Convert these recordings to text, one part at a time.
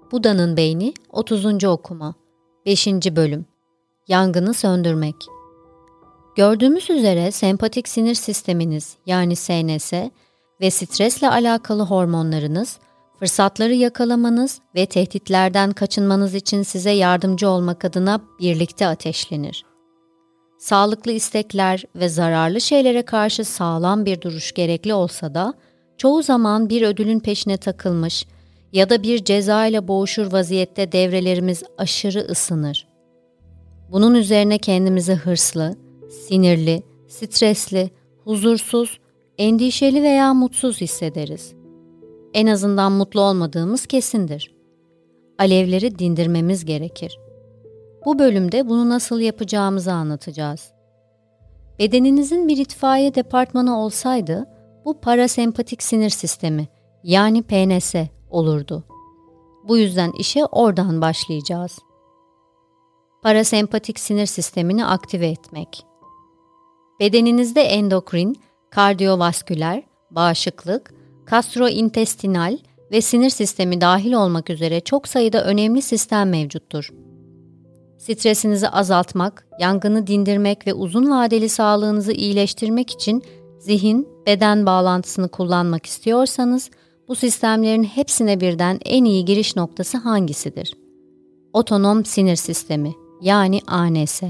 Buda'nın Beyni 30. okuma 5. bölüm Yangını söndürmek. Gördüğümüz üzere sempatik sinir sisteminiz yani SNS ve stresle alakalı hormonlarınız, fırsatları yakalamanız ve tehditlerden kaçınmanız için size yardımcı olmak adına birlikte ateşlenir. Sağlıklı istekler ve zararlı şeylere karşı sağlam bir duruş gerekli olsa da, çoğu zaman bir ödülün peşine takılmış ya da bir ceza ile boğuşur vaziyette devrelerimiz aşırı ısınır. Bunun üzerine kendimizi hırslı, sinirli, stresli, huzursuz, endişeli veya mutsuz hissederiz. En azından mutlu olmadığımız kesindir. Alevleri dindirmemiz gerekir. Bu bölümde bunu nasıl yapacağımızı anlatacağız. Bedeninizin bir itfaiye departmanı olsaydı, bu parasempatik sinir sistemi yani PNS olurdu. Bu yüzden işe oradan başlayacağız. Parasempatik sinir sistemini aktive etmek. Bedeninizde endokrin, kardiyovasküler, bağışıklık, gastrointestinal ve sinir sistemi dahil olmak üzere çok sayıda önemli sistem mevcuttur. Stresinizi azaltmak, yangını dindirmek ve uzun vadeli sağlığınızı iyileştirmek için zihin-beden bağlantısını kullanmak istiyorsanız, bu sistemlerin hepsine birden en iyi giriş noktası hangisidir? Otonom sinir sistemi yani ANS.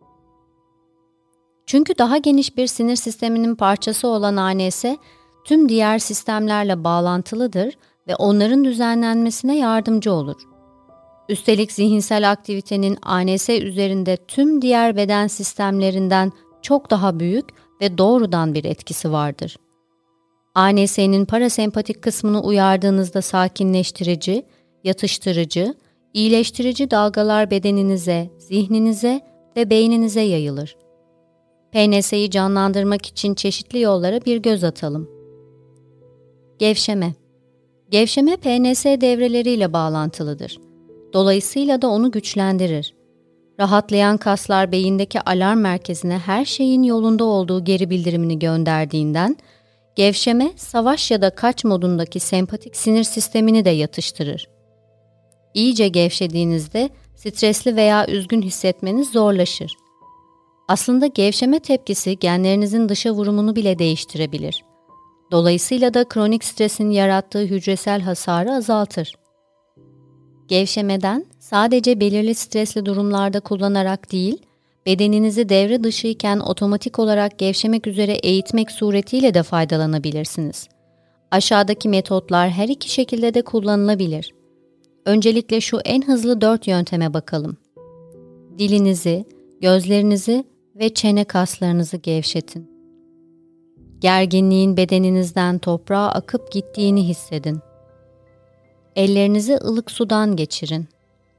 Çünkü daha geniş bir sinir sisteminin parçası olan ANS, tüm diğer sistemlerle bağlantılıdır ve onların düzenlenmesine yardımcı olur. Üstelik zihinsel aktivitenin ANS üzerinde tüm diğer beden sistemlerinden çok daha büyük ve doğrudan bir etkisi vardır. ANS'nin parasempatik kısmını uyardığınızda sakinleştirici, yatıştırıcı, iyileştirici dalgalar bedeninize, zihninize ve beyninize yayılır. PNS'yi canlandırmak için çeşitli yollara bir göz atalım. Gevşeme. Gevşeme PNS devreleriyle bağlantılıdır. Dolayısıyla da onu güçlendirir. Rahatlayan kaslar beyindeki alarm merkezine her şeyin yolunda olduğu geri bildirimini gönderdiğinden, gevşeme savaş ya da kaç modundaki sempatik sinir sistemini de yatıştırır. İyice gevşediğinizde stresli veya üzgün hissetmeniz zorlaşır. Aslında gevşeme tepkisi genlerinizin dışa vurumunu bile değiştirebilir. Dolayısıyla da kronik stresin yarattığı hücresel hasarı azaltır. Gevşemeden sadece belirli stresli durumlarda kullanarak değil, bedeninizi devre dışıyken otomatik olarak gevşemek üzere eğitmek suretiyle de faydalanabilirsiniz. Aşağıdaki metotlar her iki şekilde de kullanılabilir. Öncelikle şu en hızlı 4 yönteme bakalım. Dilinizi, gözlerinizi ve çene kaslarınızı gevşetin. Gerginliğin bedeninizden toprağa akıp gittiğini hissedin. Ellerinizi ılık sudan geçirin.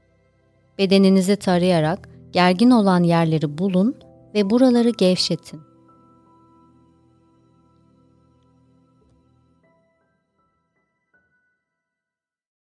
Bedeninizi tarayarak gergin olan yerleri bulun ve buraları gevşetin.